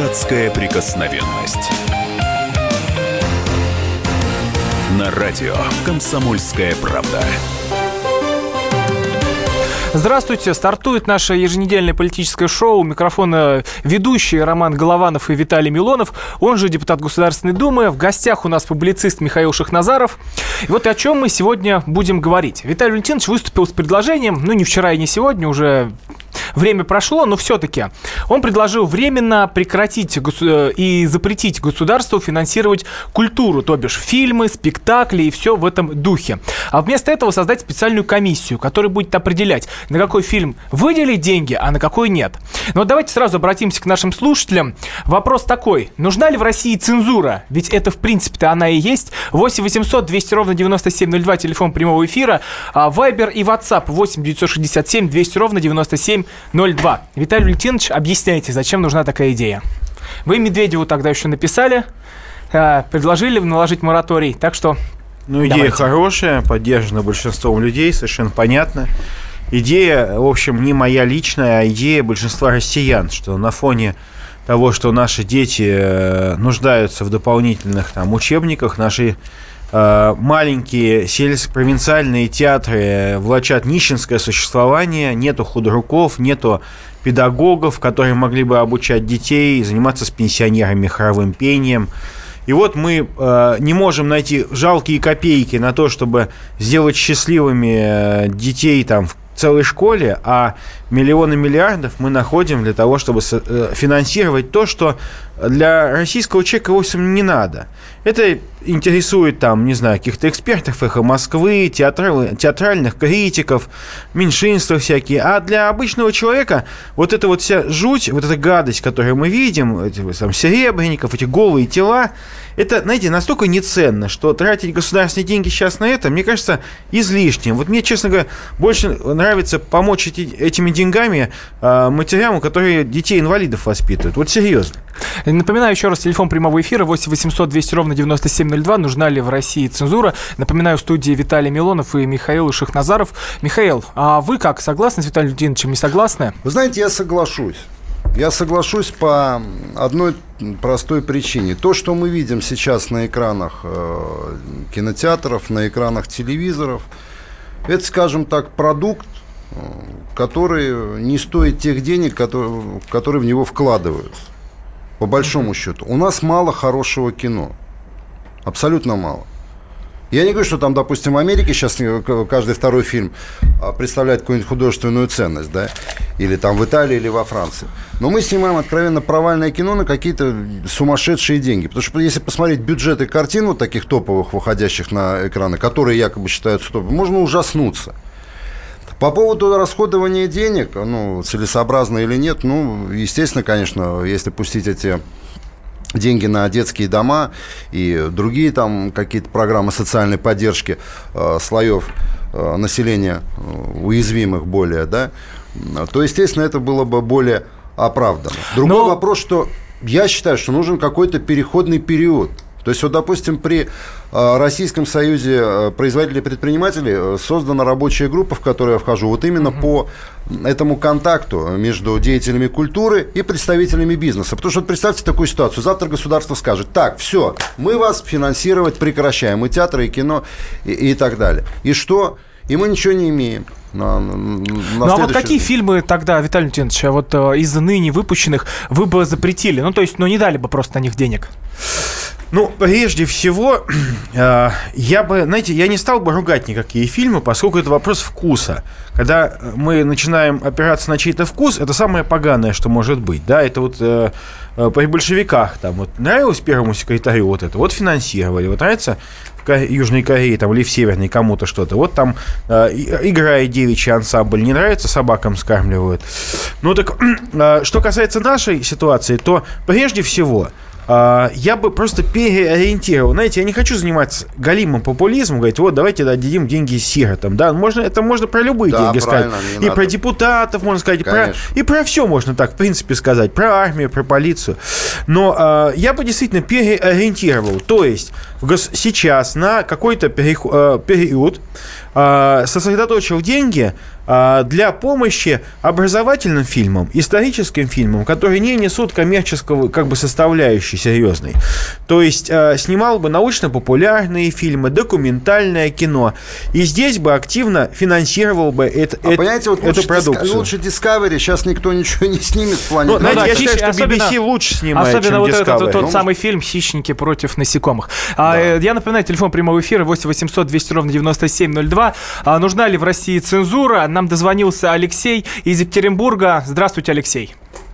Датская прикосновенность. На радио «Комсомольская правда». Здравствуйте, стартует наше еженедельное политическое шоу. У микрофона ведущие Роман Голованов и Виталий Милонов, он же депутат Государственной Думы. В гостях у нас публицист Михаил Шахназаров. И вот о чем мы сегодня будем говорить. Виталий Валентинович выступил с предложением, не вчера и не сегодня, уже время прошло, но все-таки он предложил временно прекратить и запретить государству финансировать культуру, то бишь фильмы, спектакли и все в этом духе. А вместо этого создать специальную комиссию, которая будет определять, на какой фильм выделить деньги, а на какой нет. Но давайте сразу обратимся к нашим слушателям. Вопрос такой: нужна ли в России цензура? Ведь это в принципе-то она и есть. 8 800 200 ровно 9702, телефон прямого эфира. Вайбер и WhatsApp 8 967 200 ровно 9702. Виталий Валентинович, объясняйте, зачем нужна такая идея? Вы Медведеву тогда еще написали, предложили наложить мораторий, так что... идея давайте. Хорошая, поддержана большинством людей, совершенно понятно. Идея, в общем, не моя личная, а идея большинства россиян, что на фоне того, что наши дети нуждаются в дополнительных учебниках, наши маленькие провинциальные театры влачат нищенское существование, нету худруков, нету педагогов, которые могли бы обучать детей, заниматься с пенсионерами хоровым пением. И вот мы не можем найти жалкие копейки на то, чтобы сделать счастливыми детей в целой школе, а миллионы миллиардов мы находим для того, чтобы финансировать то, что для российского человека вовсе не надо. Это интересует, каких-то экспертов «Эхо Москвы», театральных критиков, меньшинства всякие. А для обычного человека вот эта вот вся жуть, вот эта гадость, которую мы видим, эти Серебренников, эти голые тела, это, знаете, настолько неценно, что тратить государственные деньги сейчас на это, мне кажется, излишним. Вот мне, честно говоря, больше нравится помочь этими деньгами матерям, которые детей-инвалидов воспитывают. Вот серьезно. Напоминаю еще раз, телефон прямого эфира 8 800 200 ровно 9702. Нужна ли в России цензура? Напоминаю, в студии Виталий Милонов и Михаил Шахназаров. Михаил, а вы как, согласны с Виталием Валентиновичем, не согласны? Вы знаете, я соглашусь. Я соглашусь по одной простой причине. То, что мы видим сейчас на экранах кинотеатров, на экранах телевизоров, это, скажем так, продукт, который не стоит тех денег, которые в него вкладываются. По большому счету. У нас мало хорошего кино. Абсолютно мало. Я не говорю, что допустим, в Америке сейчас каждый второй фильм представляет какую-нибудь художественную ценность, да? Или в Италии, или во Франции. Но мы снимаем откровенно провальное кино на какие-то сумасшедшие деньги. Потому что если посмотреть бюджеты картин вот таких топовых, выходящих на экраны, которые якобы считаются топовыми, можно ужаснуться. По поводу расходования денег, целесообразно или нет, естественно, конечно, если пустить эти деньги на детские дома и другие какие-то программы социальной поддержки слоев населения, уязвимых более, да, то, естественно, это было бы более оправданно. Другой вопрос, что я считаю, что нужен какой-то переходный период. То есть, допустим, при Российском союзе производителей и предпринимателей создана рабочая группа, в которую я вхожу, вот именно по этому контакту между деятелями культуры и представителями бизнеса. Потому что представьте такую ситуацию. Завтра государство скажет: так, все, мы вас финансировать прекращаем, и театры, и кино, и так далее. И что? И мы ничего не имеем. А вот какие фильмы тогда, Виталий Валентинович, из ныне выпущенных вы бы запретили? Не дали бы просто на них денег? Прежде всего, я не стал бы ругать никакие фильмы, поскольку это вопрос вкуса. Когда мы начинаем опираться на чей-то вкус, это самое поганое, что может быть. Да? Это при большевиках нравилось первому секретарю это, финансировали. Нравится в Южной Корее или в Северной кому-то что-то. Играет девичий ансамбль, не нравится, собакам скармливают. Что касается нашей ситуации, то прежде всего я бы просто переориентировал. Знаете, я не хочу заниматься галимым популизмом, говорить, давайте дадим деньги сиротам. Да, это можно про любые деньги сказать. И надо. Про депутатов можно сказать, и про все можно так, в принципе, сказать. Про армию, про полицию. Но я бы действительно переориентировал. То есть сейчас на какой-то период сосредоточил деньги для помощи образовательным фильмам, историческим фильмам, которые не несут коммерческого как бы составляющей серьезной. То есть снимал бы научно-популярные фильмы, документальное кино. И здесь бы активно финансировал бы понимаете, вот эту продукцию. Лучше Discovery, сейчас никто ничего не снимет в плане... Я считаю, что BBC лучше снимает, особенно чем вот Discovery. тот самый фильм «Хищники против насекомых». Я напоминаю, телефон прямого эфира 8 800 200 ровно 9702. Нужна ли в России цензура? Нам дозвонился Алексей из Екатеринбурга. Здравствуйте, Алексей.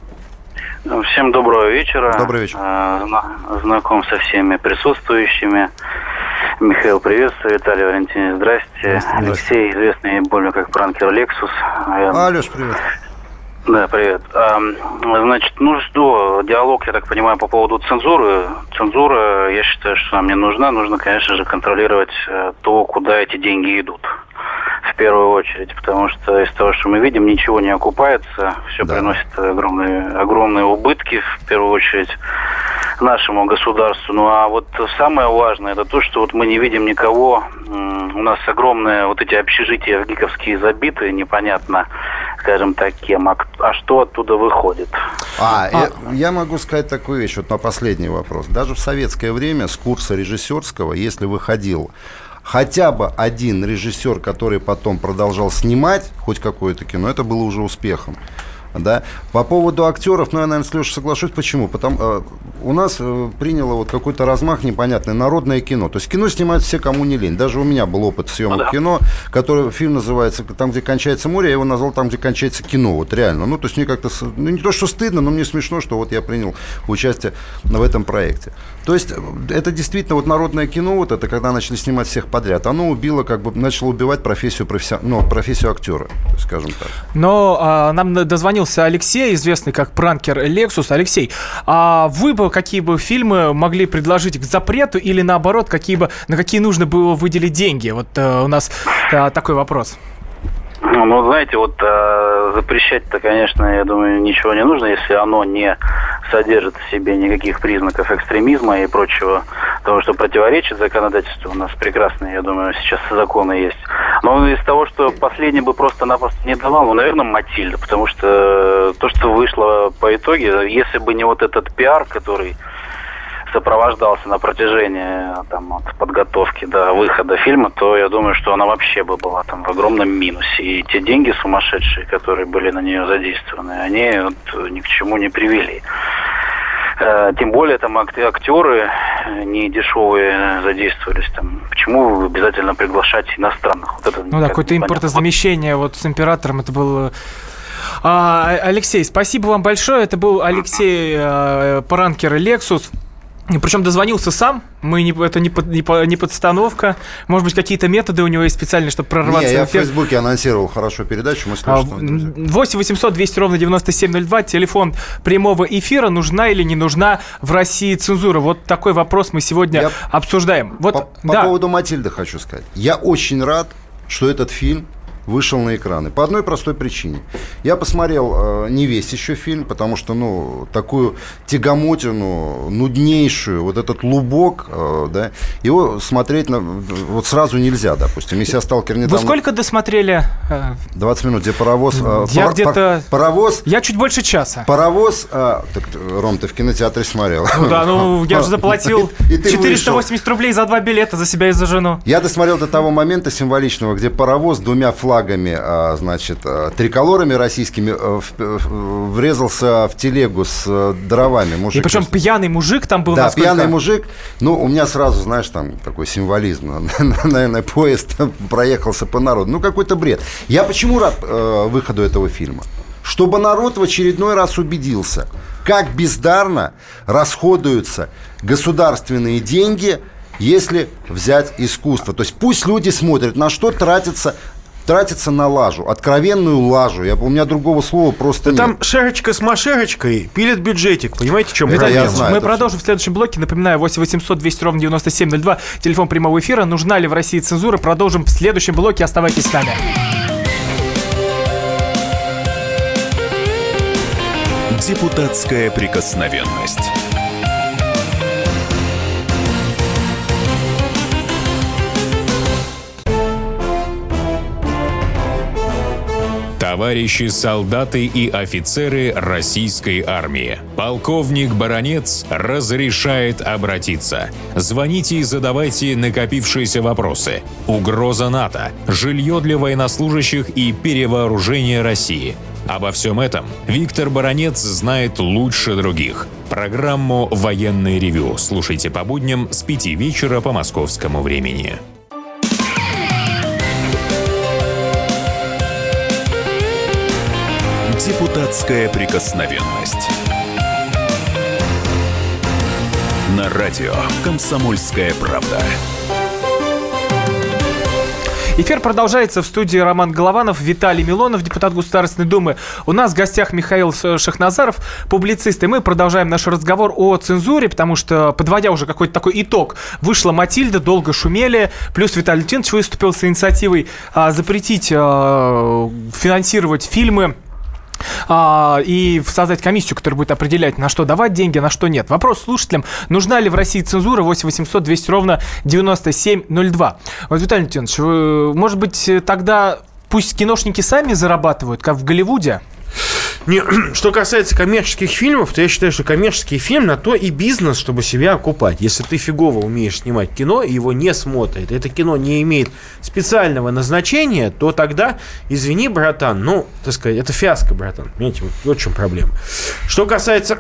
Всем доброго вечера. Добрый вечер. Знаком со всеми присутствующими. Михаил, приветствую. Виталий, Валентинович, здрасте. Алексей, известный более как пранкер Лексус. Алёш, привет. Да, привет. Значит, жду диалог, я так понимаю, по поводу цензуры. Цензура, я считаю, что нам не нужна. Нужно, конечно же, контролировать то, куда эти деньги идут. В первую очередь, потому что из того, что мы видим, ничего не окупается, все приносит огромные убытки, в первую очередь, нашему государству. Ну а вот самое важное, это то, что вот мы не видим никого, у нас огромные вот эти общежития гиковские забиты, непонятно, скажем так, кем, а что оттуда выходит. Я могу сказать такую вещь, вот на последний вопрос. Даже в советское время с курса режиссерского, если выходил хотя бы один режиссер, который потом продолжал снимать хоть какое-то кино, это было уже успехом. Да? По поводу актеров, я, наверное, с Лешей соглашусь. Почему? Потому у нас приняло вот какой-то размах непонятный народное кино. То есть кино снимают все, кому не лень. Даже у меня был опыт съемок кино, который фильм называется «Там, где кончается море», я его назвал «Там, где кончается кино». Вот реально. То есть мне как-то, не то, что стыдно, но мне смешно, что вот я принял участие в этом проекте. То есть это действительно вот народное кино, вот это когда начали снимать всех подряд, оно убило, начало убивать профессию актера, скажем так. Но нам дозвонился Алексей, известный как пранкер Лексус. Алексей, а вы бы какие бы фильмы могли предложить к запрету или наоборот, на какие нужно было выделить деньги? Вот у нас такой вопрос. Знаете, запрещать-то, конечно, я думаю, ничего не нужно, если оно не содержит в себе никаких признаков экстремизма и прочего, того, что противоречит законодательству. У нас прекрасные, я думаю, сейчас законы есть. Но из того, что последний бы просто-напросто не давал, наверное, «Матильда», потому что то, что вышло по итоге, если бы не вот этот пиар, который сопровождался на протяжении от подготовки до выхода фильма, то я думаю, что она вообще бы была в огромном минусе. И те деньги сумасшедшие, которые были на нее задействованы, они ни к чему не привели. Тем более актеры не дешевые задействовались. Почему обязательно приглашать иностранных? Какое-то импортозамещение с «Императором», это было... Алексей, спасибо вам большое. Это был Алексей, пранкер Лексус. Причем дозвонился сам, это не подстановка. Может быть, какие-то методы у него есть специальные, чтобы прорваться. Я в Фейсбуке анонсировал хорошую передачу. 8 800 200 ровно 9702, телефон прямого эфира. Нужна или не нужна в России цензура? Вот такой вопрос мы сегодня обсуждаем. По поводу «Матильды» хочу сказать. Я очень рад, что этот фильм вышел на экраны. По одной простой причине. Я посмотрел не весь еще фильм, потому что, такую тягомотину, нуднейшую, вот этот лубок, его смотреть сразу нельзя, допустим. Если я «Сталкер» недавно... Вы сколько досмотрели? 20 минут, где паровоз... Я где-то... Паровоз... Я чуть больше часа. Паровоз... Ром, ты в кинотеатре смотрел. Я же заплатил 480 рублей за 2 билета за себя и за жену. Я досмотрел до того момента символичного, где паровоз двумя флагами, триколорами российскими врезался в телегу с дровами. И причем пьяный мужик там был. Да, пьяный мужик. У меня сразу, такой символизм. Наверное, поезд проехался по народу. Какой-то бред. Я почему рад выходу этого фильма? Чтобы народ в очередной раз убедился, как бездарно расходуются государственные деньги, если взять искусство. То есть пусть люди смотрят, на что тратится на лажу, откровенную лажу. У меня другого слова просто нет. Там шерочка с машерочкой пилит бюджетик. Понимаете, в чем проблема? Мы продолжим в следующем блоке. Напоминаю, 8 800 200 ровно 9702, телефон прямого эфира. Нужна ли в России цензура? Продолжим в следующем блоке. Оставайтесь с нами. Депутатская прикосновенность. Товарищи солдаты и офицеры российской армии, полковник Баранец разрешает обратиться. Звоните и задавайте накопившиеся вопросы. Угроза НАТО, жилье для военнослужащих и перевооружение России. Обо всем этом Виктор Баранец знает лучше других. Программу «Военное ревю» слушайте по будням с 5 вечера по московскому времени. Депутатская прикосновенность. На радио «Комсомольская правда». Эфир продолжается. В студии Роман Голованов, Виталий Милонов, депутат Государственной Думы. У нас в гостях Михаил Шахназаров, публицист. И мы продолжаем наш разговор о цензуре, потому что, подводя уже какой-то такой итог, вышла «Матильда», долго шумели, плюс Виталий Леонидович выступил с инициативой запретить финансировать фильмы и создать комиссию, которая будет определять, на что давать деньги, на что нет. Вопрос слушателям: нужна ли в России цензура? 8 800 200 ровно 9702. Вот, Виталий Леонидович, может быть, тогда пусть киношники сами зарабатывают, как в Голливуде? Не, что касается коммерческих фильмов, то я считаю, что коммерческий фильм на то и бизнес, чтобы себя окупать. Если ты фигово умеешь снимать кино, и его не смотрят, это кино не имеет специального назначения, то тогда, извини, братан, ну, так сказать, это фиаско, братан. Понимаете, вот в чем проблема. Что касается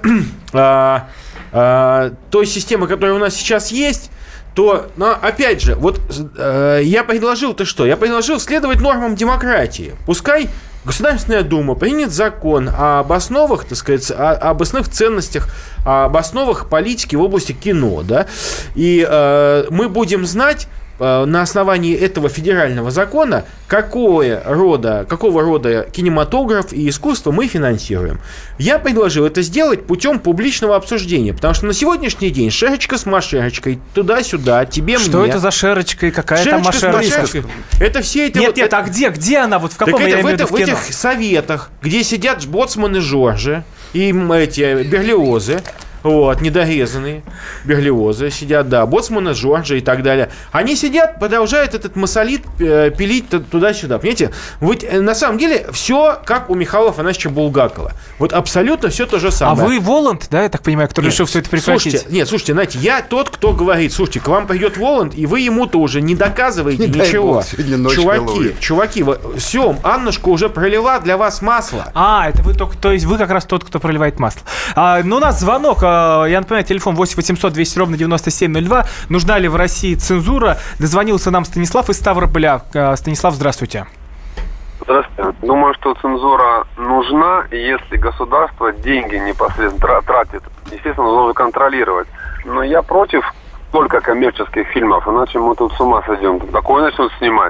той системы, которая у нас сейчас есть, то, опять же, вот я предложил-то что? Я предложил следовать нормам демократии. Пускай Государственная Дума примет закон об основах, так сказать, об основных ценностях, об основах политики в области кино, да, и мы будем знать на основании этого федерального закона, какого рода кинематограф и искусство мы финансируем. Я предложил это сделать путем публичного обсуждения, потому что на сегодняшний день шерочка с машерочкой, туда-сюда, тебе, что мне. Что это за шерочка и какая шерочка там машерочка? Это все эти... Нет, а где она? Вот в каком так я это, имею в виду в кино? В этих советах, где сидят боцманы Жоржи и эти Берлиозы, вот, недорезанные Берлиозы сидят, да, боцманы Жоржа и так далее. Они сидят, продолжают этот массолит пилить туда-сюда. Понимаете, вот на самом деле все как у Михаила Афанасьевича Булгакова. Вот абсолютно все то же самое. А вы Воланд, да, я так понимаю, который решил все это прекратить? Слушайте, знаете, я тот, кто говорит: слушайте, к вам придет Воланд, и вы ему-то уже не доказываете ничего. Чуваки, все, Аннушка уже пролила для вас масло. Это вы только, то есть вы как раз тот, кто проливает масло. Но у нас звонок. Я напоминаю, телефон 8 800 200 ровно 9702. Нужна ли в России цензура? Дозвонился нам Станислав из Ставрополя. Станислав, здравствуйте. Здравствуйте. Думаю, что цензура нужна, и если государство деньги непосредственно тратит, естественно, должно контролировать. Но я против только коммерческих фильмов, иначе мы тут с ума сойдем. Такое начнут снимать.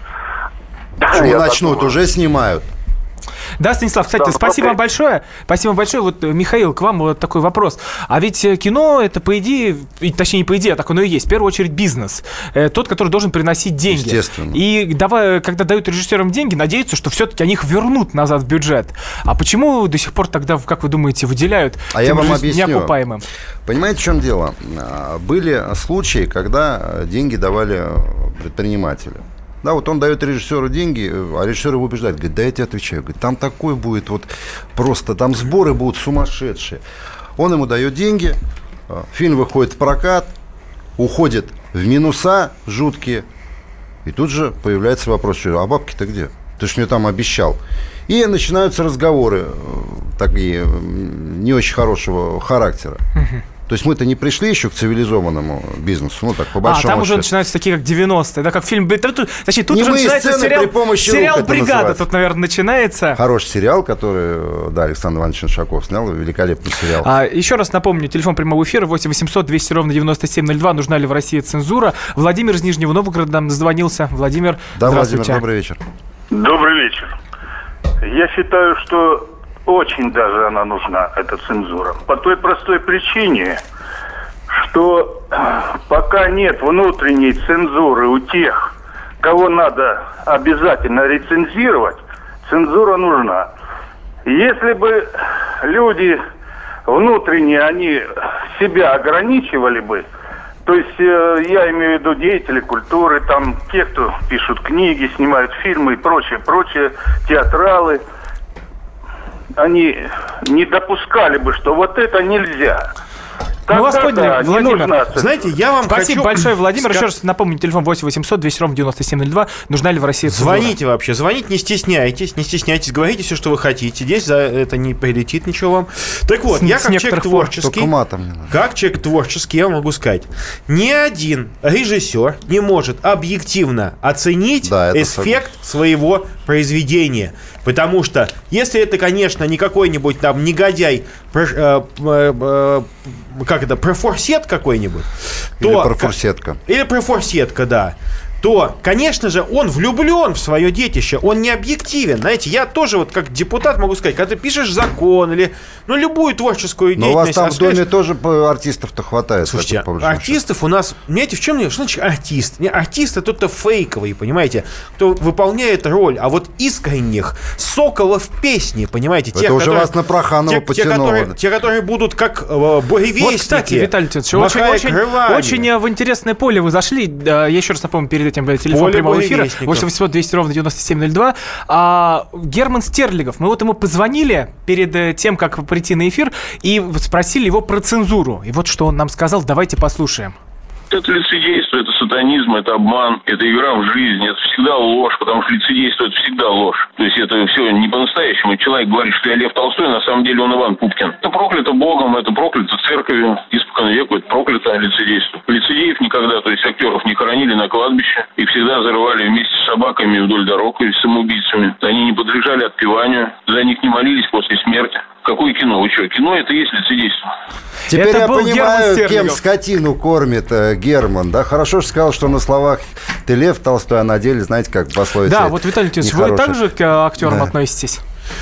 Почему начнут? Уже снимают. Да, Станислав, кстати, спасибо вам большое. Спасибо вам большое. Вот, Михаил, к вам вот такой вопрос. А ведь кино, это по идее, точнее не по идее, а так оно и есть, в первую очередь бизнес. Тот, который должен приносить деньги. Естественно. И когда дают режиссерам деньги, надеются, что все-таки они их вернут назад в бюджет. А почему до сих пор тогда, как вы думаете, выделяют я вам объясню. неокупаемым? Понимаете, в чем дело? Были случаи, когда деньги давали предприниматели. Да, вот он дает режиссеру деньги, а режиссер его убеждает, говорит, да я тебе отвечаю, говорит, там такой будет вот просто, там сборы будут сумасшедшие. Он ему дает деньги, фильм выходит в прокат, уходит в минуса жуткие, и тут же появляется вопрос, а бабки-то где? Ты ж мне там обещал. И начинаются разговоры такие не очень хорошего характера. То есть мы-то не пришли еще к цивилизованному бизнесу, так по большому счету. Там уже начинаются такие, как 90-е, да, как фильм... Точнее, тут уже начинается сериал «Бригада», тут, наверное, начинается. Хороший сериал, который, да, Александр Иванович Шаков снял, великолепный сериал. Еще раз напомню, телефон прямого эфира 8 800 200 ровно 9702. Нужна ли в России цензура? Владимир из Нижнего Новгорода нам дозвонился. Владимир, да, Владимир, добрый вечер. Добрый вечер. Я считаю, что очень даже она нужна, эта цензура. По той простой причине, что пока нет внутренней цензуры у тех, кого надо обязательно рецензировать, цензура нужна. Если бы люди внутренне, они себя ограничивали бы, То есть я имею в виду деятели культуры, там те, кто пишут книги, снимают фильмы и прочее, театралы, они не допускали бы, что вот это нельзя. Мы вас поняли, Владимир. Знаете, я вам Спасибо большое, Владимир. Еще раз напомню, телефон 8 800 200 ровно 9702. Нужна ли в России цензура? Звоните вообще, звоните, не стесняйтесь, говорите все, что вы хотите. Здесь за это не прилетит ничего вам. Так вот, я как человек творческий, я могу сказать, ни один режиссер не может объективно оценить эффект своего произведения. Потому что, если это, конечно, не какой-нибудь там негодяй, профорсет какой-нибудь, то... Или профорсетка, да. То, конечно же, он влюблен в свое детище, он не объективен. Знаете, я тоже вот как депутат могу сказать, когда ты пишешь закон или любую творческую деятельность... Но у вас там в доме тоже артистов-то хватает. Слушайте, артистов у нас... Понимаете, в чем... Что значит артист? Артист — это кто-то фейковый, понимаете, кто выполняет роль, а вот искренних соколов песни, понимаете, это уже вас на Проханова потянуло. Те, которые будут как буревестники. Вот, кстати, Виталий Тетович, очень в интересное поле вы зашли. Я еще раз напомню, перед этим телефон прямого эфира 800 200 ровно 9702. Герман Стерлигов. Мы вот ему позвонили перед тем, как прийти на эфир, и спросили его про цензуру. И вот что он нам сказал. Давайте послушаем. Это лицедейство, это сатанизм, это обман, это игра в жизнь, это всегда ложь, потому что лицедейство – это всегда ложь. То есть это все не по-настоящему. Человек говорит, что я Лев Толстой, на самом деле он Иван Пупкин. Это проклято Богом, это проклято церковью, испокон веку, это проклято лицедейство. Лицедеев никогда, то есть актеров не хоронили на кладбище, их всегда взрывали вместе с собаками вдоль дорог и с самоубийцами. Они не подлежали отпеванию, за них не молились после смерти. Какое кино? Вы что? Кино – это и есть лицедейство. Теперь это я понимаю, кем скотину кормит Герман. Да? Хорошо, что сказал, что на словах ты Лев Толстой, а на деле, знаете, как пословица. Да, вот, Виталий Тетович, вы также к актерам относитесь?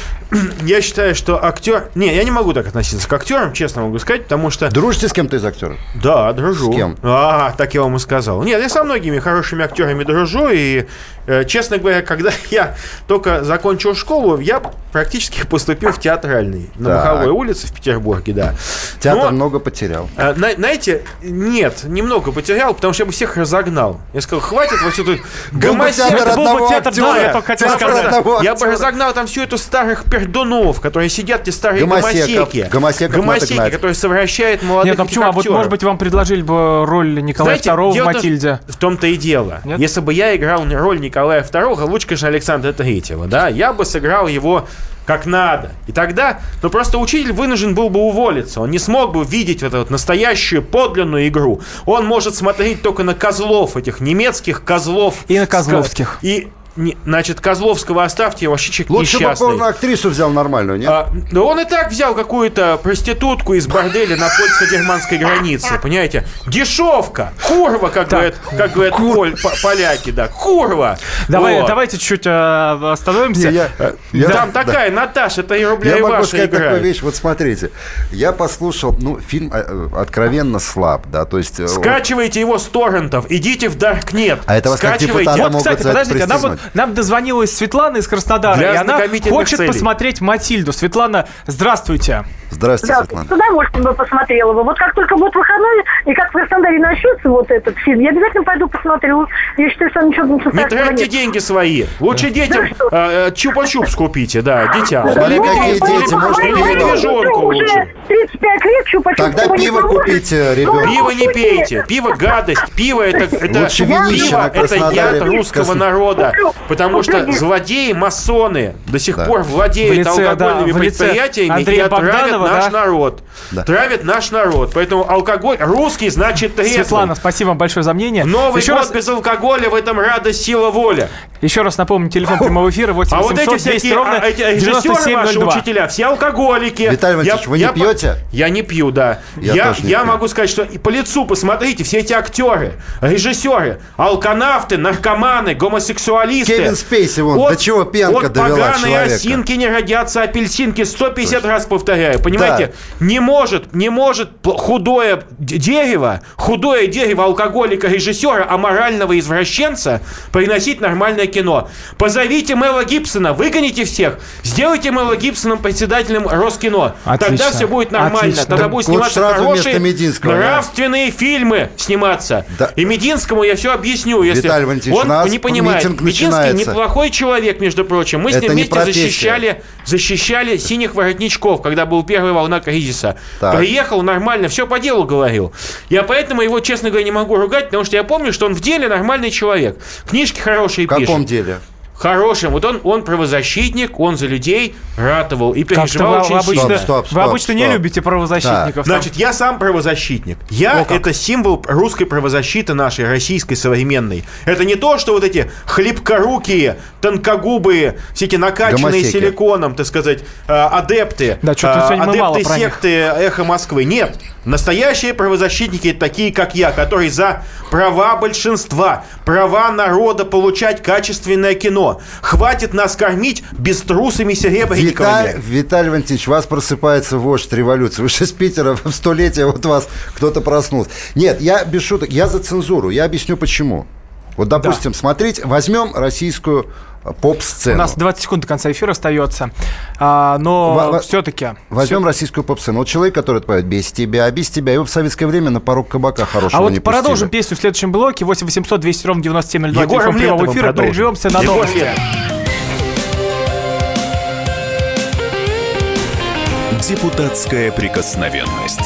Я считаю, что актер... Не, я не могу так относиться к актерам, честно могу сказать, потому что... Дружите с кем-то из актеров? Да, дружу. С кем? Так я вам и сказал. Нет, я со многими хорошими актерами дружу, и, честно говоря, когда я только закончил школу, я практически поступил в театральный на Маховой улице в Петербурге, да. Театр много потерял. Знаете, нет, немного потерял, потому что я бы всех разогнал. Я сказал, хватит вот эту гомосеку. Это был бы театр, да, я только хотел сказать. Я бы разогнал там всю эту старых пердунов, которые сидят, те старые гомосеки, которые совращают молодых актеров. Почему? А вот, может быть, вам предложили бы роль Николая II в «Матильде»? В том-то и дело. Нет? Если бы я играл роль Николая II, лучше, конечно, Александра III, да, я бы сыграл его как надо. И тогда, просто учитель вынужден был бы уволиться. Он не смог бы видеть вот эту вот настоящую подлинную игру. Он может смотреть только на козлов, этих немецких козлов. И на козловских. Значит, Козловского оставьте, вообще человек несчастный. Лучше бы он актрису взял нормальную, нет? Да он и так взял какую-то проститутку из борделя на польско-германской границе, понимаете? Дешевка, курва, как говорят поляки, да, курва. Давайте чуть-чуть остановимся. Там такая Наташа, это и рубля и ваша игра. Я могу сказать такую вещь, вот смотрите. Я послушал, фильм откровенно слаб, да, то есть... Скачивайте его с торрентов, идите в Даркнет. А это вас как депутата могут за это пристегнуть. Нам дозвонилась Светлана из Краснодара, и она хочет посмотреть «Матильду». Светлана, здравствуйте. Здравствуйте, Светлана. С удовольствием бы посмотрела бы. Вот как только будет выходной, и как в Краснодаре начнется вот этот фильм, я обязательно пойду посмотрю. Я считаю, что ничего не тратьте деньги свои. Лучше детям чупа-чупс купите, да, детям. Какие дети? Может, медвежонку лучше. 35 лет чупа-чупс. Тогда пиво купите, ребенку. Пиво не пейте. Пиво гадость. Пиво это яд русского народа. Потому что злодеи, масоны до сих пор владеют алкогольными предприятиями и отравят наш народ. Травят наш народ. Поэтому алкоголь русский, значит трезвый. Светлана, спасибо вам большое за мнение. Новый год без алкоголя, в этом радость, сила, воля. Еще раз напомню, телефон прямого эфира 8 800 200 ровно 9702. Ваши учителя, все алкоголики. Виталий Васильевич, вы не пьете? Я не пью, да. Я могу сказать, что по лицу посмотрите, все эти актеры, режиссеры, алканавты, наркоманы, гомосексуалисты, Кевин Спейси, вон, до чего пьянка довела поганой человека. осинки не родятся апельсинки, 150 раз повторяю, понимаете? Да. Не может худое дерево алкоголика, режиссера, аморального извращенца приносить нормальное кино. Позовите Мэла Гибсона, выгоните всех, сделайте Мэла Гибсоном председателем Роскино. Отлично. Тогда все будет нормально. Отлично. Тогда будут сниматься хорошие, нравственные фильмы сниматься. Да. И Мединскому я все объясню, если он не понимает. Мединский неплохой человек, между прочим. Мы с ним вместе защищали синих воротничков, когда была первая волна кризиса. Так. Приехал нормально, все по делу говорил. Я поэтому его, честно говоря, не могу ругать, потому что я помню, что он в деле нормальный человек. Книжки хорошие пишет. В каком деле? Хорошим. Вот он правозащитник, он за людей ратовал и переживал очень сильно. Вы обычно не любите правозащитников. Да. Значит, я сам правозащитник. Это символ русской правозащиты нашей, российской, современной. Это не то, что вот эти хлипкорукие, тонкогубые, все эти накачанные силиконом, так сказать, адепты, адепты секты «Эхо Москвы». Нет. Настоящие правозащитники такие, как я, которые за права большинства, права народа получать качественное кино. Хватит нас кормить беструсыми серебряниковыми. Виталий Валентинович, вас просыпается вождь революции. Вы же из Питера в столетие вот вас кто-то проснулся. Нет, я без шуток, я за цензуру. Я объясню почему. Вот, допустим, смотрите, возьмем российскую поп-сцену. У нас 20 секунд до конца эфира остается, но все-таки... Возьмем российскую поп-сцену. Вот человек, который поет без тебя, его в советское время на порог кабака хорошего не пустили. Продолжим песню в следующем блоке. 8 800 200 ровно 9702. Телефон прямого эфира. Прервемся на новости. Депутатская прикосновенность.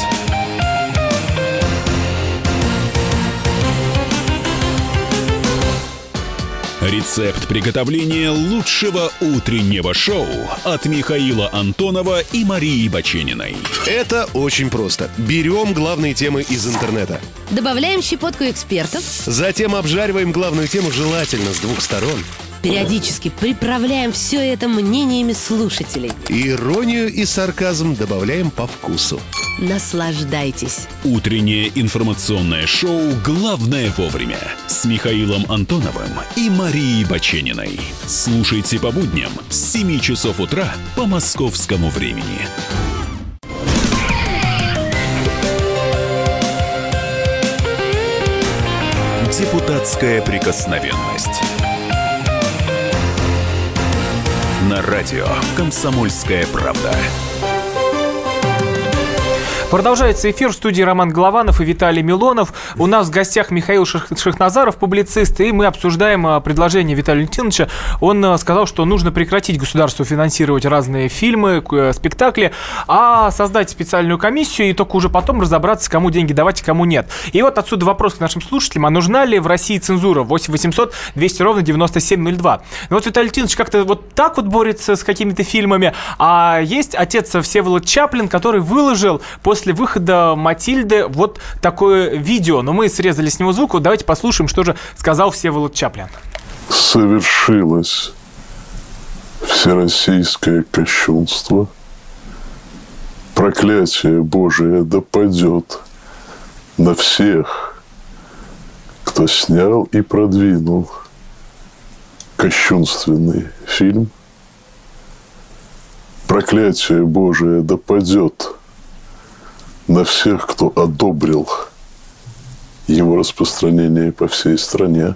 Рецепт приготовления лучшего утреннего шоу от Михаила Антонова и Марии Бачениной. Это очень просто. Берем главные темы из интернета. Добавляем щепотку экспертов. Затем обжариваем главную тему желательно с двух сторон. Периодически приправляем все это мнениями слушателей. Иронию и сарказм добавляем по вкусу. Наслаждайтесь. Утреннее информационное шоу «Главное вовремя» с Михаилом Антоновым и Марией Бачениной. Слушайте по будням с 7 часов утра по московскому времени. Депутатская прикосновенность. На радио «Комсомольская правда». Продолжается эфир. В студии Роман Голованов и Виталий Милонов. У нас в гостях Михаил Шахназаров, публицист, и мы обсуждаем предложение Виталия Валентиновича. Он сказал, что нужно прекратить государству финансировать разные фильмы, спектакли, а создать специальную комиссию и только уже потом разобраться, кому деньги давать и кому нет. И вот отсюда вопрос к нашим слушателям. А нужна ли в России цензура? 8 800 200 ровно 9702. Ну вот Виталий Валентинович как-то вот так вот борется с какими-то фильмами. А есть отец Всеволод Чаплин, который выложил после выхода «Матильды» вот такое видео. Но мы срезали с него звук. Вот давайте послушаем, что же сказал Всеволод Чаплин. Совершилось всероссийское кощунство. Проклятие Божие да падет на всех, кто снял и продвинул кощунственный фильм. Проклятие Божие да падет на всех, кто одобрил его распространение по всей стране.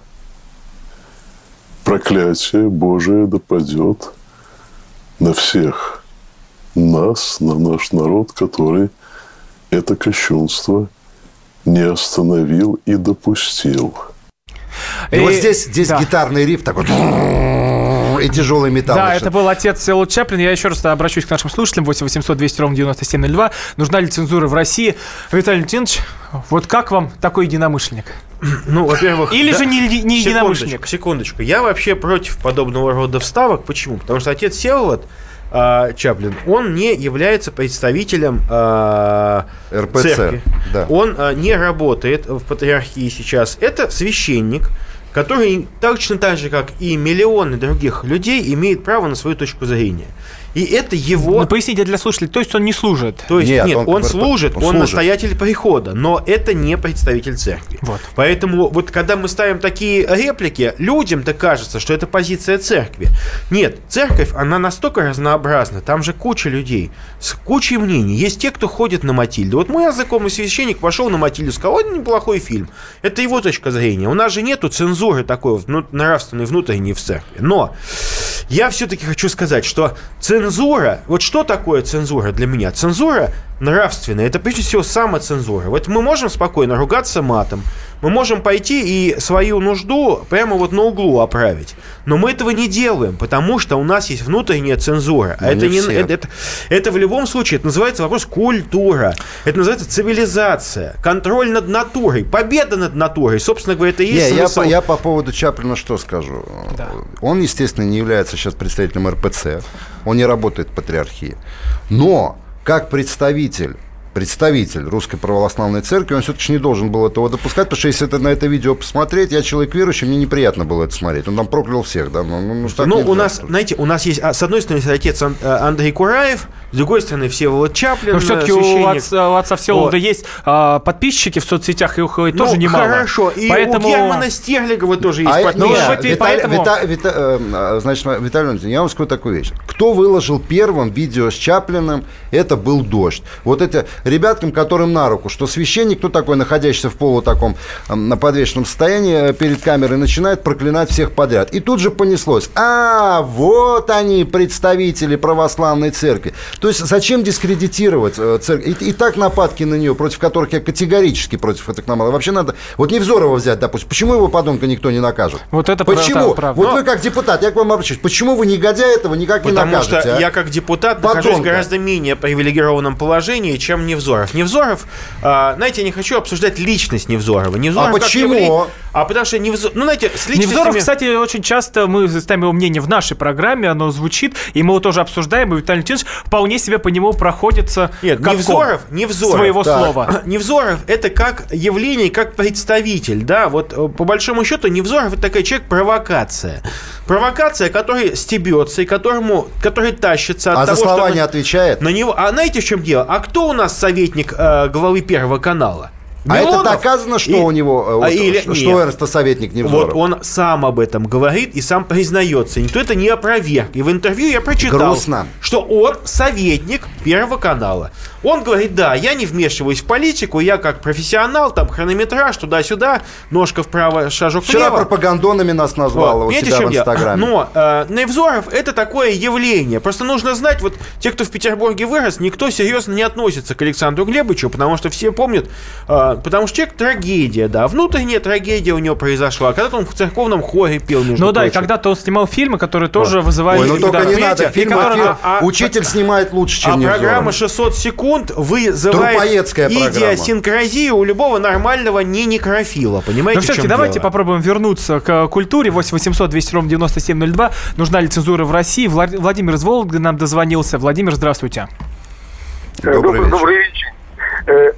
Проклятие Божие да падет на всех нас, на наш народ, который это кощунство не остановил и допустил. И вот здесь гитарный риф такой... И тяжелый металл. Да, это был отец Всеволод Чаплин. Я еще раз обращусь к нашим слушателям. 8 800 200 ровно 9702. Нужна ли цензура в России? Виталий Валентинович, вот как вам такой единомышленник? Ну, во-первых... Или же не единомышленник? Секундочку. Я вообще против подобного рода вставок. Почему? Потому что отец Всеволод Чаплин, он не является представителем РПЦ. Церкви. Да. Он не работает в патриархии сейчас. Это священник, который точно так же, как и миллионы других людей, имеет право на свою точку зрения. И это его... Ну, поясните для слушателей, то есть он не служит? То есть, нет, он служит, он настоятель прихода, но это не представитель церкви. Вот. Поэтому вот когда мы ставим такие реплики, людям-то кажется, что это позиция церкви. Нет, церковь, она настолько разнообразна, там же куча людей с кучей мнений. Есть те, кто ходит на Матильду. Вот мой знакомый священник пошел на Матильду, сказал, это неплохой фильм. Это его точка зрения. У нас же нету цензуры такой нравственной внутренней в церкви. Но я все-таки хочу сказать, что цензура, вот что такое цензура для меня? Цензура нравственная, это прежде всего самоцензура. Вот мы можем спокойно ругаться матом, мы можем пойти и свою нужду прямо вот на углу оправить. Но мы этого не делаем, потому что у нас есть внутренняя цензура. А это в любом случае, это называется вопрос культура, это называется цивилизация, контроль над натурой, победа над натурой. Собственно говоря, это и есть смысл. Я по поводу Чаплина что скажу. Да. Он, естественно, не является сейчас представителем РПЦ, он не работает в патриархии. Но как представитель Русской Православной Церкви, он все-таки не должен был этого допускать, потому что если на это видео посмотреть, я человек верующий, мне неприятно было это смотреть. Он там проклял всех. Да? У нас, знаете, у нас есть, с одной стороны, отец Андрей Кураев, с другой стороны, Всеволод Чаплин. Но все-таки у отца Всеволода есть подписчики в соцсетях, их тоже немало. Хорошо, и у Германа Стерлигова тоже есть подписчики. Значит, Виталий Валентинович, я вам скажу такую вещь. Кто выложил первым видео с Чаплиным, это был «Дождь». Вот это ребяткам, которым на руку, что священник, кто такой, находящийся в таком на подвешенном состоянии перед камерой, начинает проклинать всех подряд. И тут же понеслось. Вот они, представители православной церкви. То есть зачем дискредитировать церковь? И так нападки на нее, против которых я категорически против этих намалов. Вообще надо... Вот Невзорова взять, допустим. Почему его, подонка, никто не накажет? Вот это почему? Правда. Вот вы как депутат, я к вам обращаюсь. Почему вы, негодяй, этого никак не накажете? Потому что я как депутат нахожусь в гораздо менее привилегированном положении, чем Невзоров. Невзоров, знаете, я не хочу обсуждать личность Невзорова. А почему? Потому что Невзоров... знаете, с личностями... Невзоров, кстати, очень часто мы ставим его мнение в нашей программе, оно звучит, и мы его тоже обсуждаем, и Виталий Леонидович вполне себе по нему проходится. Нет, Невзоров своего слова. Невзоров — это как явление, как представитель, да, вот по большому счету Невзоров — это такой человек-провокация. Провокация, который стебется и который тащится от того, за слова не отвечает. На него. А знаете, в чем дело? А кто у нас советник главы Первого канала? Милонов? Это доказано, что у него, что Эрнст советник Невзоров? Вот он сам об этом говорит и сам признается. Никто это не опроверг. И в интервью я прочитал, что он советник Первого канала. Он говорит, да, я не вмешиваюсь в политику, я как профессионал, там хронометраж, туда-сюда, ножка вправо, шажок влево. Вчера пропагандонами нас назвал у себя в Инстаграме. Но Невзоров — это такое явление. Просто нужно знать, вот те, кто в Петербурге вырос, никто серьезно не относится к Александру Глебовичу, потому что все помнят, потому что человек трагедия, да, внутренняя трагедия у него произошла. Когда-то он в церковном хоре пел, между прочим. Да, и когда-то он снимал фильмы, которые тоже вызывали... Ой, только не надо, учитель снимает лучше, чем Невзоров. Программа «600 секунд» вызывает идиосинкразию у любого нормального некрофила, понимаете? Но все-таки давайте попробуем вернуться к культуре. 8 800 200 ровно 9702. Нужна ли цензура в России? Владимир из Вологды нам дозвонился. Владимир, здравствуйте. Добрый вечер.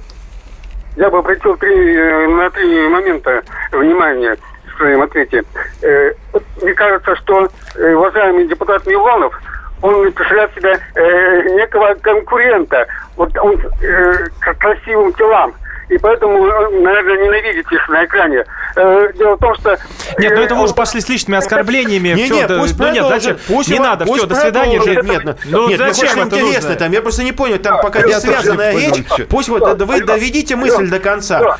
Я бы обратил на три момента внимания в своем ответе. Мне кажется, что уважаемый депутат Милонов, он представляет себя некого конкурента, вот он к красивым телам. И поэтому, наверное, ненавидит их на экране. Дело в том, что... Нет, ну это вы уже пошли с личными оскорблениями. Пусть продолжит. Не надо, все, до свидания. Нет, зачем это интересно там? Я просто не понял, там пока не связанная речь. Пусть вы доведите мысль до конца.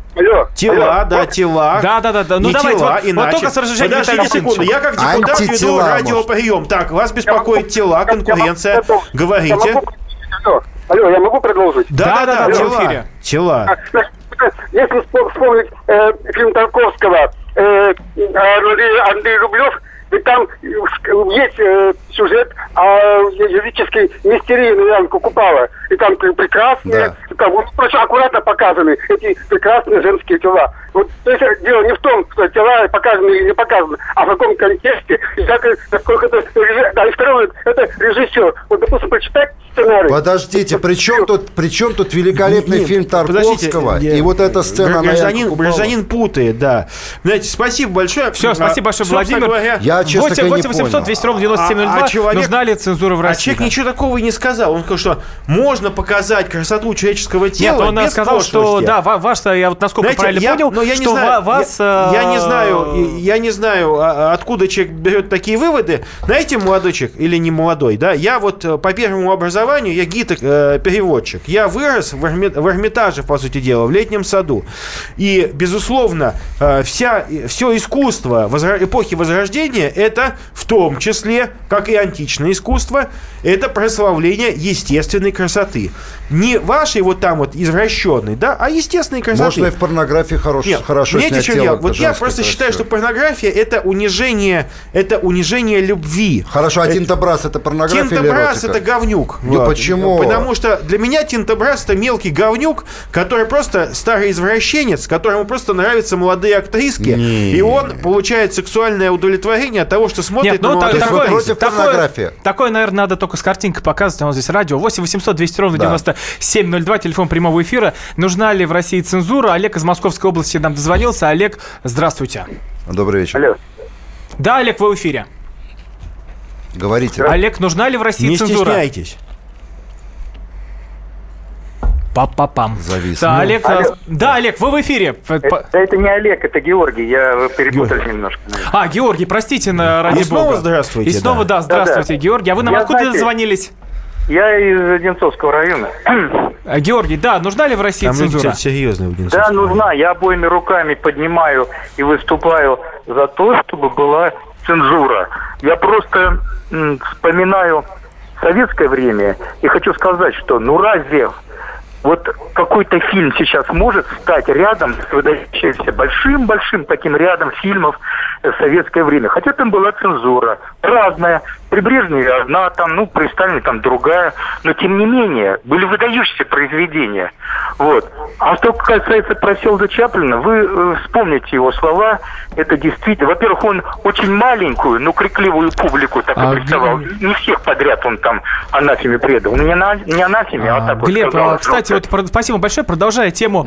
Тела. Да. Ну давайте, вот только с разрешения Виталия секунду. Я как депутат веду радиоприем. Так, вас беспокоит тела, конкуренция. Говорите. Алло, я могу продолжить? Да, в эфире. Тела. Если вспомнить фильм Тарковского «Андрей Рублев», ведь там есть сюжет о языческой мистерии на Янку Купала. И там прекрасные, там очень аккуратно показаны эти прекрасные женские тела. Вот, то есть дело не в том, что тела показаны или не показаны, а в каком контексте, и насколько это, да, и второе, это режиссер. Вот, допустим, прочитать сценарий. Подождите, при чем тут великолепный фильм Тарковского и вот эта сцена на гражданин путает, да. Знаете, спасибо большое. Все, спасибо большое, Владимир. Говоря, я, честно говоря, не 800 200 ровно 9702. Нужна ли цензура в России? Человек ничего такого и не сказал. Он сказал, что можно показать красоту человеческого тела. Нет, он сказал, что да, я вот насколько правильно понял, я не знаю, откуда человек берет такие выводы. Знаете, молодой человек или не молодой, да? Я вот по первому образованию, я гид-переводчик. Я вырос в Эрмитаже, по сути дела, в Летнем саду. И, безусловно, все искусство эпохи Возрождения, это в том числе, как и античное искусство, это прославление естественной красоты. Не вашей вот там вот извращенной, да, а естественной красоты. Можно и в порнографии хорошо снять тело. Вот я просто считаю, что порнография это унижение любви. Хорошо, а Тинто-Брасс это порнография или эротика? Тинто-Брасс это говнюк. Ну вот. Почему? Потому что для меня Тинто-Брасс это мелкий говнюк, который просто старый извращенец, которому просто нравятся молодые актриски, и он получает сексуальное удовлетворение от того, что смотрит на молодых актрис. Против порнографии. Такое, наверное, надо только с картинкой показывать, а вот здесь радио. 8 800 200 ровно 9702, телефон прямого эфира. Нужна ли в России цензура? Олег из Московской области нам дозвонился. Олег, здравствуйте. Добрый вечер. Алло. Да, Олег, вы в эфире. Говорите. Олег, нужна ли в России цензура? Не стесняйтесь. Па-па-пам. Завис. Да, Олег, Олег, вы в эфире. Это не Олег, это Георгий. Я перепутал немножко. Георгий, простите, ради бога. И снова здравствуйте. И снова, здравствуйте, Георгий. А вы нам откуда дозвонились? Я из Одинцовского района. Георгий, да, нужна ли в России цензура? Серьезно, да, нужна. Я обоими руками поднимаю и выступаю за то, чтобы была цензура. Я просто вспоминаю советское время и хочу сказать, что разве вот какой-то фильм сейчас может стать рядом с выдающимся большим-большим таким рядом фильмов в советское время. Хотя там была цензура разная. При Брежневе одна, при Сталине другая. Но, тем не менее, были выдающиеся произведения. Вот. А что касается «Проселка Чаплина», вы вспомните его слова. Это действительно... Во-первых, он очень маленькую, но крикливую публику так и представлял. Не всех подряд он там анафеме предал. Не анафеме, а так Глеб, вот сказал. кстати, вот спасибо большое. Продолжая тему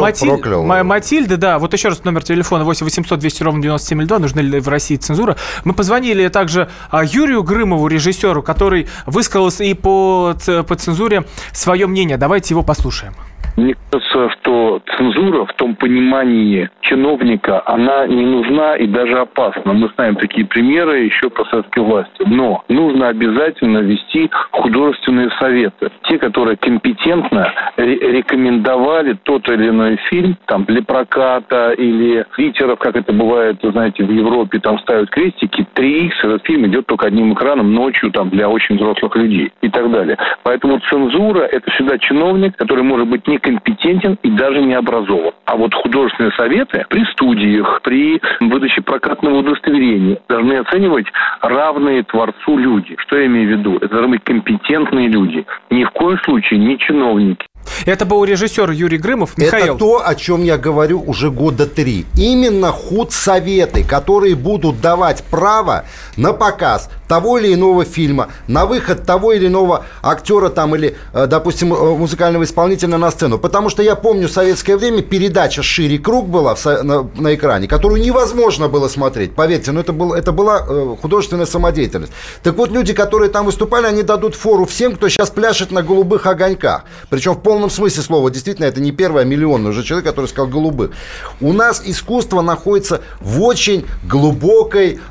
Матильды, да, вот еще раз номер телефона 8 800 200 ровно 9702. Нужна ли в России цензура? Мы позвонили также Юрию Грымову, режиссеру, который высказался и по цензуре свое мнение. Давайте его послушаем. Мне кажется, что цензура в том понимании чиновника, она не нужна и даже опасна. Мы знаем такие примеры еще по советской власти. Но нужно обязательно вести художественные советы. Те, которые компетентно рекомендовали тот или иной фильм для проката или зрителей, как это бывает, знаете, в Европе, ставят крестики, 3х, этот фильм идет только одним экраном ночью для очень взрослых людей и так далее. Поэтому цензура – это всегда чиновник, который может быть некомпетентен и даже не образован. А вот художественные советы при студиях, при выдаче прокатного удостоверения должны оценивать равные творцу люди. Что я имею в виду? Это должны быть компетентные люди. Ни в коем случае не чиновники. Это был режиссер Юрий Грымов. Михаил. Это то, о чем я говорю уже года 3. Именно худсоветы, которые будут давать право на показ того или иного фильма, на выход того или иного актера или, допустим, музыкального исполнителя на сцену. Потому что я помню в советское время передача «Шире круг» была на экране, которую невозможно было смотреть. Поверьте, это была художественная самодеятельность. Так вот, люди, которые там выступали, они дадут фору всем, кто сейчас пляшет на голубых огоньках. Причем в полном смысле слова. Действительно, это не первый, а миллионный уже человек, который сказал голубых. У нас искусство находится в очень глубокой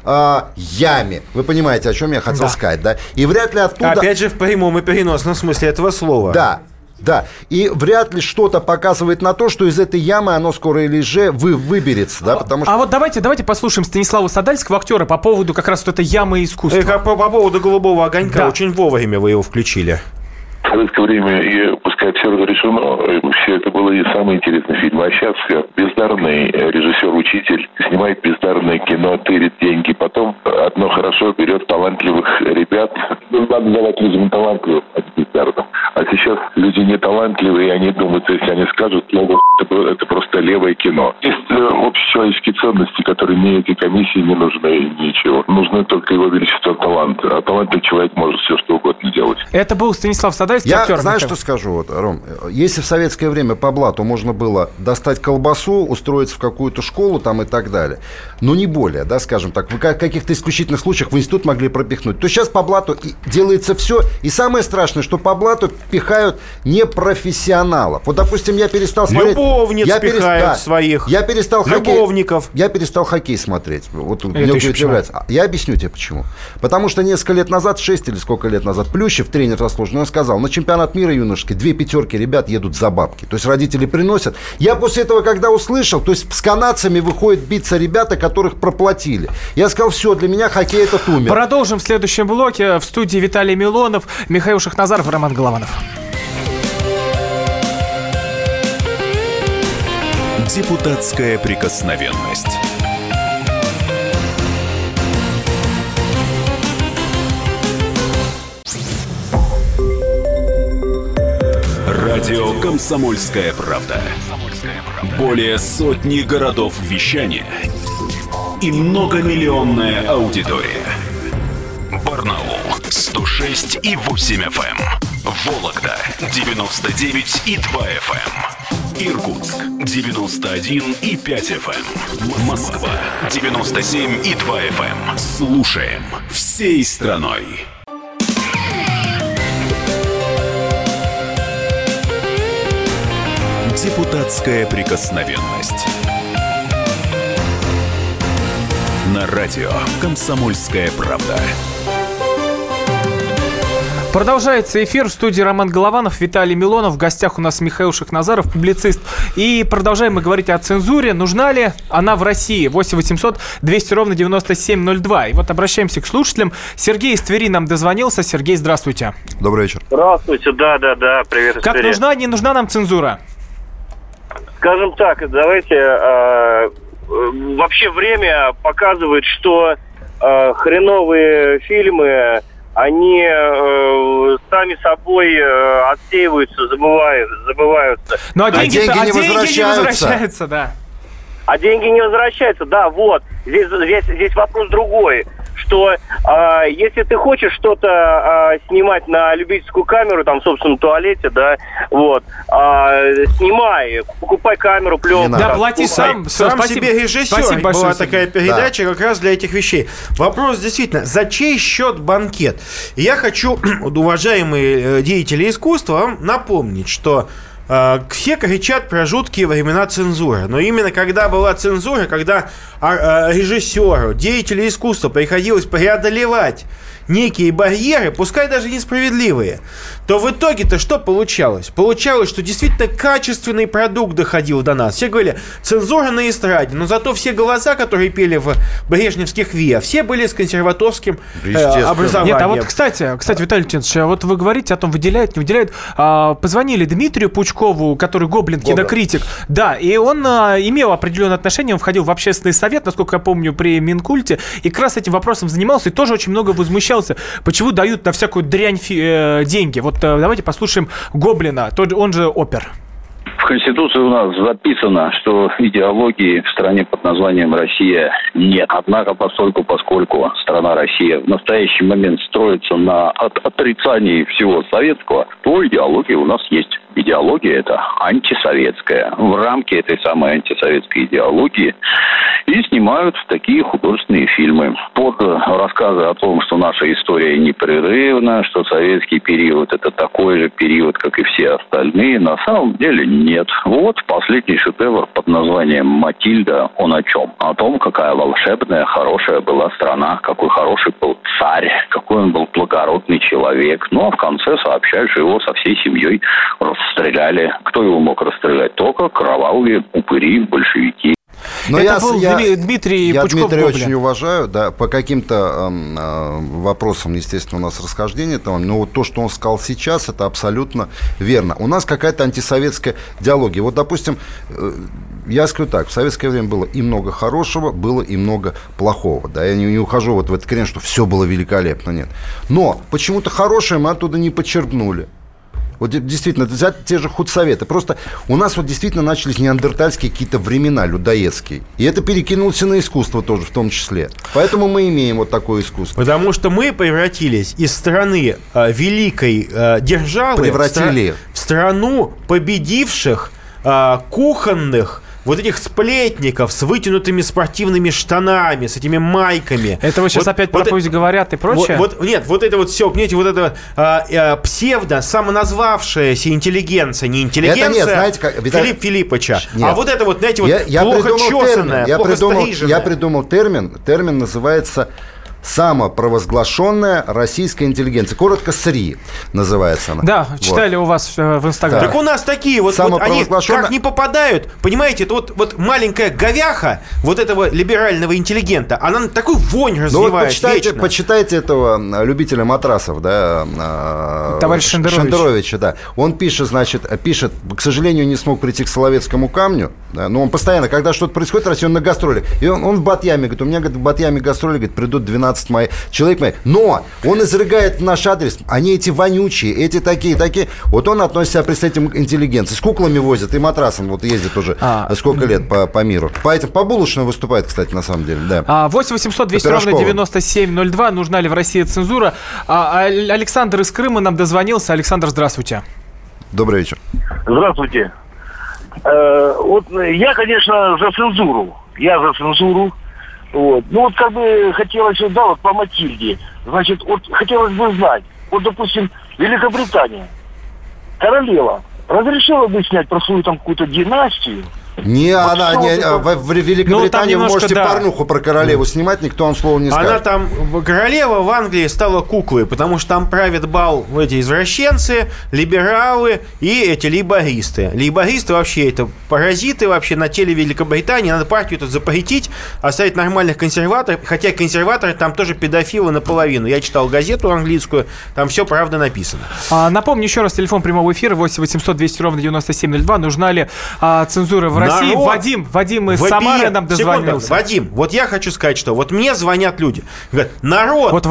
яме. Вы понимаете, о чем я хотел сказать, да? И вряд ли оттуда... Опять же, в прямом и переносном смысле этого слова. Да. И вряд ли что-то показывает на то, что из этой ямы оно скоро или же выберется, да, потому что... А вот давайте послушаем Станислава Садальского, актера, по поводу как раз вот этой ямы искусства. По поводу голубого огонька. Очень вовремя вы его включили. В советское время, и пускай все разрешено, все это было и самый интересный фильм. А сейчас бездарный режиссер-учитель снимает бездарное кино, тырит деньги. Потом одно хорошо берет талантливых ребят. Надо давать людям талантливым, а не бездарным. А сейчас люди неталантливые, и они думают, если они скажут слово, это просто левое кино. Есть общечеловеческие ценности, которые ни этой комиссии не нужны, ничего. Нужны только его величество талант. А талантливый человек может все что угодно делать. Это был Станислав Садальский, актер. Я знаю, что скажу, вот, Ром. Если в советское время по блату можно было достать колбасу, устроиться в какую-то школу там и так далее, но не более, да, скажем так, в каких-то исключительных случаях в институт могли пропихнуть, то сейчас по блату делается все. И самое страшное, что по блату пихают непрофессионалов. Вот, допустим, я перестал смотреть... Любовниц пихают своих. Я перестал любовников. Я перестал хоккей смотреть. Вот мне удивляется. Я объясню тебе почему. Потому что несколько лет назад, 6 или сколько лет назад, Плющев, тренер заслуженный, он сказал, на чемпионат мира юношеский 2 пятерки ребят едут за бабки. То есть родители приносят. Я после этого, когда услышал, то есть с канадцами выходят биться ребята, которых проплатили. Я сказал, все, для меня хоккей этот умер. Продолжим в следующем блоке. В студии Виталий Милонов, Михаил Шахназаров и Роман Голованов. Депутатская прикосновенность. Радио «Комсомольская правда». Более сотни городов вещания и многомиллионная аудитория. Барнаул 106,8 FM. Вологда 99,2 FM. Иркутск 91,5 FM. Москва 97,2 FM. Слушаем всей страной. Депутатская прикосновенность. На радио «Комсомольская правда». Продолжается эфир. В студии Роман Голованов, Виталий Милонов. В гостях у нас Михаил Шахназаров, публицист. И продолжаем мы говорить о цензуре. Нужна ли она в России? 8 800 200 ровно 9702. И вот обращаемся к слушателям. Сергей из Твери нам дозвонился. Сергей, здравствуйте. Добрый вечер. Здравствуйте, да. Привет из Как Твери. нужна, не нужна нам цензура? Скажем так, давайте... вообще время показывает, что хреновые фильмы... они сами собой отсеиваются, забываются. Ну, а деньги не возвращаются, да. А деньги не возвращаются, да, вот. Здесь вопрос другой, что если ты хочешь что-то снимать на любительскую камеру, там, в собственном туалете, да, вот, снимай, покупай камеру, пленку. Да, плати сам. Сам себе режиссер. Была такая передача как раз для этих вещей. Вопрос действительно, за чей счет банкет? И я хочу, уважаемые деятели искусства, вам напомнить, что все кричат про жуткие времена цензуры. Но именно когда была цензура, когда режиссеру, деятелю искусства приходилось преодолевать некие барьеры, пускай даже несправедливые, то в итоге-то что получалось? Получалось, что действительно качественный продукт доходил до нас. Все говорили, цензура на эстраде, но зато все голоса, которые пели в брежневских ВИА, все были с консерваторским образованием. Нет, а вот, кстати, Виталий Леонидович, вот вы говорите о том, выделяют, не выделяют. Позвонили Дмитрию Пучкову, который Гоблин, кинокритик. Да, и он имел определенное отношение, он входил в общественный совет, насколько я помню, при Минкульте, и как раз этим вопросом занимался, и тоже очень много возмущался. Почему дают на всякую дрянь деньги? Вот давайте послушаем Гоблина, он же опер. В Конституции у нас записано, что идеологии в стране под названием Россия нет. Однако, поскольку страна Россия в настоящий момент строится на отрицании всего советского, то идеология у нас есть. Идеология это антисоветская. В рамке этой самой антисоветской идеологии и снимают такие художественные фильмы под рассказы о том, что наша история непрерывна, что советский период это такой же период, как и все остальные. На самом деле нет. Вот последний шедевр под названием «Матильда», он о чем? О том, какая волшебная, хорошая была страна, какой хороший был царь, какой он был благородный человек. Ну, а в конце сообщают, что его со всей семьей расстреляли. Кто его мог расстрелять? Только кровавые упыри, большевики. Но Дмитрий я Пучков, Дмитрия Гоблин. очень уважаю, да, по каким-то вопросам, естественно, у нас расхождение там, но вот то, что он сказал сейчас, это абсолютно верно. У нас какая-то антисоветская идеология. Вот, допустим, я скажу так, в советское время было и много хорошего, было и много плохого. Да, я не ухожу вот в этот крен, что все было великолепно, нет. Но почему-то хорошее мы оттуда не подчеркнули. Вот действительно, взять те же худсоветы. Просто у нас вот действительно начались неандертальские какие-то времена людоедские. И это перекинулось на искусство тоже в том числе. Поэтому мы имеем вот такое искусство. Потому что мы превратились из страны великой державы в страну победивших кухонных вот этих сплетников с вытянутыми спортивными штанами, с этими майками. Это вот сейчас опять про пусть говорят и прочее? Нет, вот это вот все, понимаете, вот это псевдо, самоназвавшаяся интеллигенция, не интеллигенция это нет, знаете, как, Филиппа Филипповича, нет. А вот это вот, знаете, плохо чесанное, плохо стриженное. Я придумал термин называется самопровозглашенная российская интеллигенция. Коротко СРИ называется она. Да, читали у вас в Инстаграме. Так у нас такие вот они как не попадают, понимаете, это вот маленькая говяха вот этого либерального интеллигента, она такую вонь развивает вечно. Почитайте этого любителя матрасов, да, товарищ Шендеровича, да. Он пишет, к сожалению, не смог прийти к Соловецкому камню, да, но он постоянно, когда что-то происходит в России, он на гастролях. И он в Батьяме, говорит, у меня, говорит, в Батьяме гастроли, говорит, придут 12 человек моих. Но он изрыгает в наш адрес. Они эти вонючие, эти такие. Вот он относится, представителям интеллигенции. С куклами возят и матрасом вот ездит уже сколько лет по миру. По Булушину выступает, кстати, на самом деле. Да. 8 800 200 ровно 9702. Нужна ли в России цензура? Александр из Крыма нам дозвонился. Александр, здравствуйте. Добрый вечер. Здравствуйте. Вот я, конечно, за цензуру. Вот. Ну вот как бы хотелось, да, вот по Матильде. Значит, вот хотелось бы знать, вот, допустим, Великобритания, королева, разрешила бы снять про свою там какую-то династию? В Великобритании вы можете порнуху про королеву снимать, никто вам слова не скажет. Она там, королева в Англии стала куклой, потому что там правят бал эти извращенцы, либералы и эти лейбористы. Лейбористы вообще это паразиты вообще на теле Великобритании. Надо партию эту запретить, оставить нормальных консерваторов. Хотя консерваторы там тоже педофилы наполовину. Я читал газету английскую, там все правда написано. Напомню еще раз, телефон прямого эфира 8 800 200 ровно 9702. Нужна ли цензура в России? Вадим из Самары нам дозвонился. Вадим, вот я хочу сказать, что вот мне звонят люди. Говорят, народ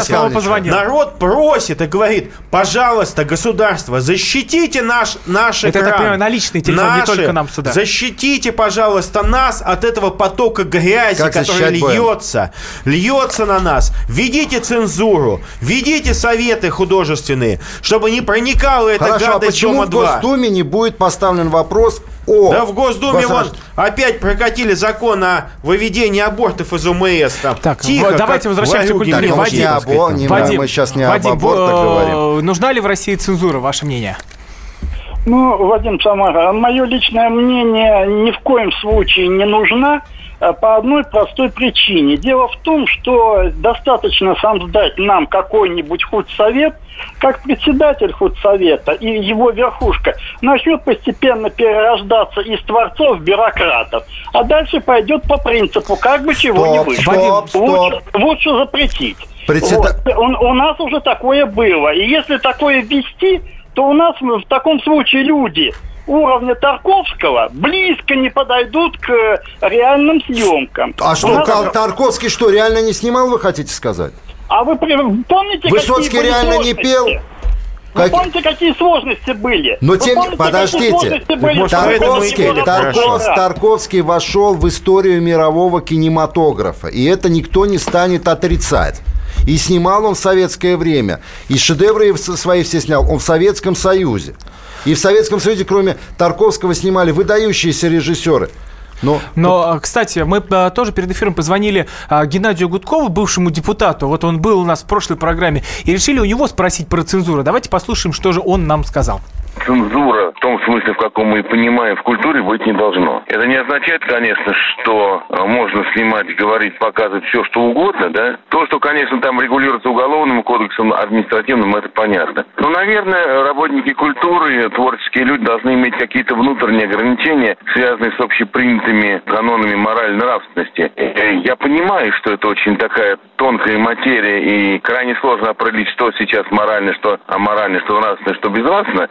просит и говорит, пожалуйста, государство, защитите наш экран. Это, так понимаю, наличный телефон, не только нам сюда. Защитите, пожалуйста, нас от этого потока грязи, который льется на нас. Введите цензуру, введите советы художественные, чтобы не проникала эта гадость Дома 2. Почему в Госдуме не будет поставлен вопрос Да в Госдуме опять прокатили закон о выведении абортов из ОМС. Так, давайте возвращаемся к культуре. Вадим, мы сейчас не об абортах говорим. Нужна ли в России цензура, ваше мнение? Ну, Вадим Самара, мое личное мнение ни в коем случае не нужна. По одной простой причине. Дело в том, что достаточно создать нам какой-нибудь худсовет, как председатель худсовета и его верхушка начнет постепенно перерождаться из творцов в бюрократов. А дальше пойдет по принципу, как бы чего не вышло. Лучше запретить. У нас уже такое было. И если такое ввести, то у нас в таком случае люди уровня Тарковского близко не подойдут к реальным съемкам. А что, Тарковский что, реально не снимал, вы хотите сказать? А вы помните, Высоцкий реально не пел? Вы помните, какие сложности были? Но подождите, Тарковский вошел в историю мирового кинематографа, и это никто не станет отрицать. И снимал он в советское время, и шедевры свои все снял он в Советском Союзе. И в Советском Союзе, кроме Тарковского, снимали выдающиеся режиссеры. Но, кстати, мы тоже перед эфиром позвонили Геннадию Гудкову, бывшему депутату. Вот он был у нас в прошлой программе. И решили у него спросить про цензуру. Давайте послушаем, что же он нам сказал. Цензура, в том смысле, в каком мы понимаем, в культуре быть не должно. Это не означает, конечно, что можно снимать, говорить, показывать все, что угодно, да. То, что, конечно, там регулируется уголовным кодексом, административным, это понятно. Но, наверное, работники культуры, творческие люди должны иметь какие-то внутренние ограничения, связанные с общепринятыми канонами моральной нравственности. Я понимаю, что это очень такая тонкая материя, и крайне сложно определить, что сейчас морально, что аморально, что нравственно, что безнравственно, потому что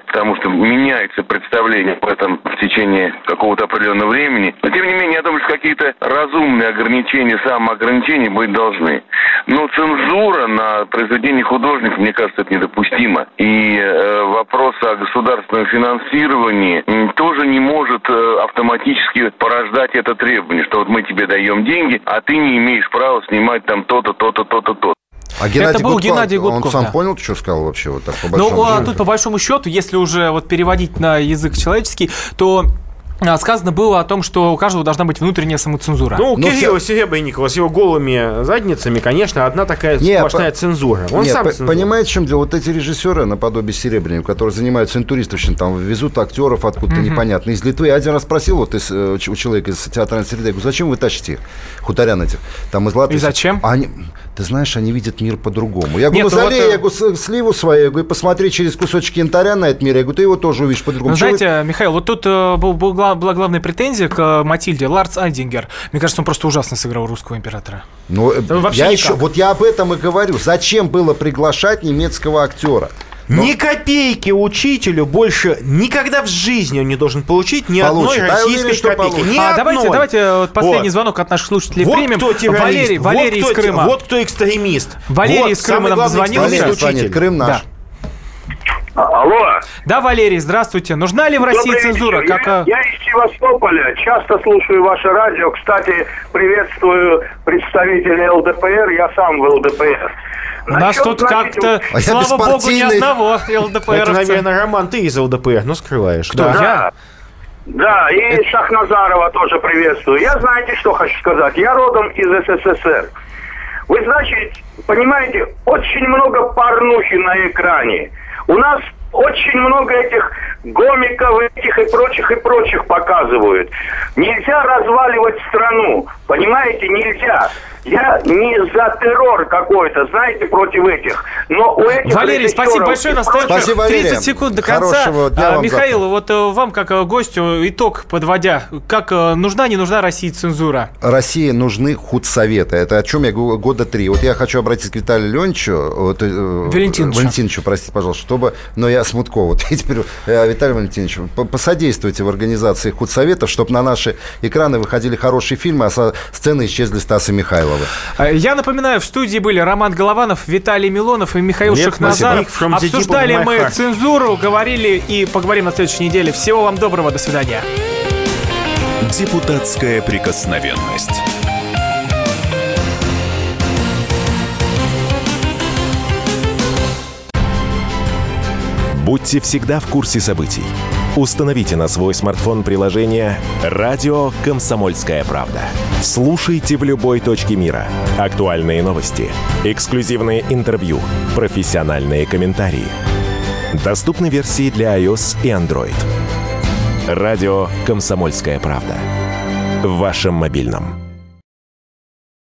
как-то меняется представление об этом в течение какого-то определенного времени. Но, тем не менее, я думаю, что какие-то разумные ограничения, самоограничения быть должны. Но цензура на произведение художников, мне кажется, это недопустимо. И вопрос о государственном финансировании тоже не может автоматически порождать это требование, что вот мы тебе даем деньги, а ты не имеешь права снимать там то-то, то-то, то-то, то-то. А Геннадий это был Геннадий Гудков. Он сам да. понял, что сказал вообще вот так по большому счету? Тут по большому счету, если уже вот переводить на язык человеческий, то сказано было о том, что у каждого должна быть внутренняя самоцензура. Ну, у Кирилла Серебренникова с его голыми задницами, конечно, одна такая сплошная цензура. Он сам цензура. Понимаете, в чем дело? Вот эти режиссеры, наподобие Серебренникова, которые занимаются интуристовщиной, там, везут актеров откуда-то непонятно, из Литвы. Я один раз спросил вот у человека из театральной среды, я говорю, зачем вы тащите их, хуторян этих, там, из Латвии? И зачем? Ты знаешь, они видят мир по-другому. Я говорю, залей, я говорю, сливу свою, я говорю, посмотри через кусочек янтаря на этот мир, я говорю, ты его тоже увидишь по-другому. Ну, знаете, Михаил, вот тут была главная претензия к Матильде. Ларс Айдингер. Мне кажется, он просто ужасно сыграл русского императора. Ну, я об этом и говорю. Зачем было приглашать немецкого актера? Ни копейки учителю больше никогда в жизни он не должен получить ни одной российской копейки. Давайте последний звонок от наших слушателей примем. Кто террорист, Валерий из Крыма. Вот кто экстремист. Валерий из Крыма нам дозвонился. Крым наш. Алло. Да, Валерий, здравствуйте. Нужна ли в России цензура? Я из Севастополя. Часто слушаю ваше радио. Кстати, приветствую представителей ЛДПР. Я сам в ЛДПР. У нас тут как-то, слава богу, ни одного ЛДПРовца. Это, наверное, Роман, ты из ЛДПР, но скрываешь. Кто, я? Да, и Шахназарова тоже приветствую. Я, знаете, что хочу сказать? Я родом из СССР. Вы, значит, понимаете, очень много порнухи на экране. У нас очень много этих гомиков, этих и прочих показывают. Нельзя разваливать страну, понимаете, нельзя. Я не за террор какой-то, знаете, против этих. Но у этих Валерий, спасибо большое. Остается 30 секунд до конца. Михаил, вот вам, как гостю, итог подводя. Как нужна, не нужна России цензура? России нужны худсоветы. Это о чем я говорю года 3. Вот я хочу обратиться к Виталию Леонидовичу. Валентиновичу, простите, пожалуйста, чтобы... Но я Смуткова. Вот теперь, Виталий Валентинович, посодействуйте в организации худсоветов, чтобы на наши экраны выходили хорошие фильмы, а со сцены исчезли Стас и Михайлов. Я напоминаю, в студии были Роман Голованов, Виталий Милонов и Михаил Шахназаров. Обсуждали мы цензуру, говорили и поговорим на следующей неделе. Всего вам доброго, до свидания. Депутатская прикосновенность. Будьте всегда в курсе событий. Установите на свой смартфон приложение «Радио Комсомольская правда». Слушайте в любой точке мира. Актуальные новости, эксклюзивные интервью, профессиональные комментарии. Доступны версии для iOS и Android. «Радио Комсомольская правда». В вашем мобильном.